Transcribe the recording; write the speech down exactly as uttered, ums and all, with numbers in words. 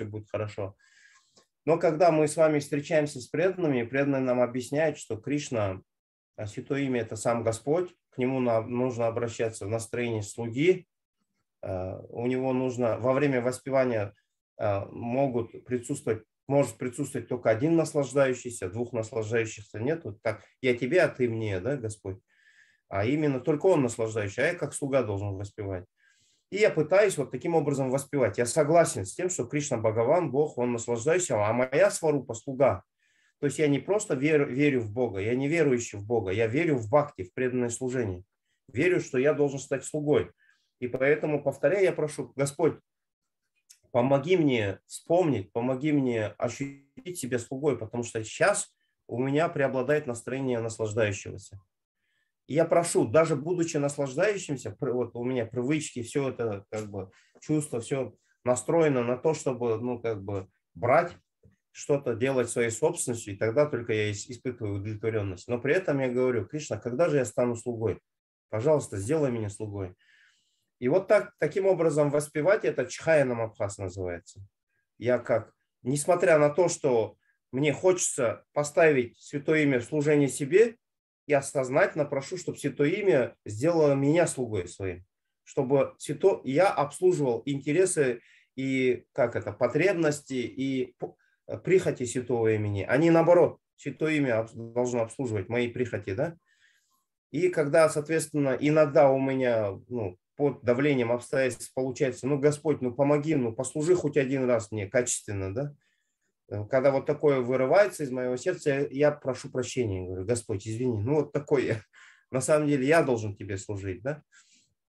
все будет хорошо. Но когда мы с вами встречаемся с преданными, преданные нам объясняют, что Кришна, Святое Имя – это сам Господь, к Нему нужно обращаться в настроении слуги, у Него нужно во время воспевания могут присутствовать, может присутствовать только один наслаждающийся, двух наслаждающихся нет. Вот так, я тебе, а ты мне, да, Господь? А именно только Он наслаждающий, а я как слуга должен воспевать. И я пытаюсь вот таким образом воспевать. Я согласен с тем, что Кришна Бхагаван, Бог, Он наслаждающий, а моя сварупа слуга. То есть я не просто верю, верю в Бога, я не верующий в Бога, я верю в бхакти, в преданное служение. Верю, что я должен стать слугой. И поэтому, повторяю, я прошу, Господь, помоги мне вспомнить, помоги мне ощутить себя слугой, потому что сейчас у меня преобладает настроение наслаждающегося. И я прошу, даже будучи наслаждающимся, вот у меня привычки, все это как бы чувство, все настроено на то, чтобы, ну, как бы брать что-то, делать своей собственностью, и тогда только я испытываю удовлетворенность. Но при этом я говорю, Кришна, когда же я стану слугой? Пожалуйста, сделай меня слугой. И вот так, таким образом воспевать это Чхаяна Абхаз называется. Я как, несмотря на то, что мне хочется поставить Святое Имя в служение себе, я сознательно прошу, чтобы Святое Имя сделало меня слугой своим. Чтобы свято... я обслуживал интересы и как это, потребности и прихоти Святого Имени. А не наоборот, Святое Имя должно обслуживать мои прихоти, да? И когда, соответственно, иногда у меня, ну, под давлением обстоятельств получается, ну, Господь, ну, помоги, ну, послужи хоть один раз мне качественно, да? Когда вот такое вырывается из моего сердца, я прошу прощения, говорю, Господь, извини, ну, вот такой я. На самом деле я должен тебе служить, да?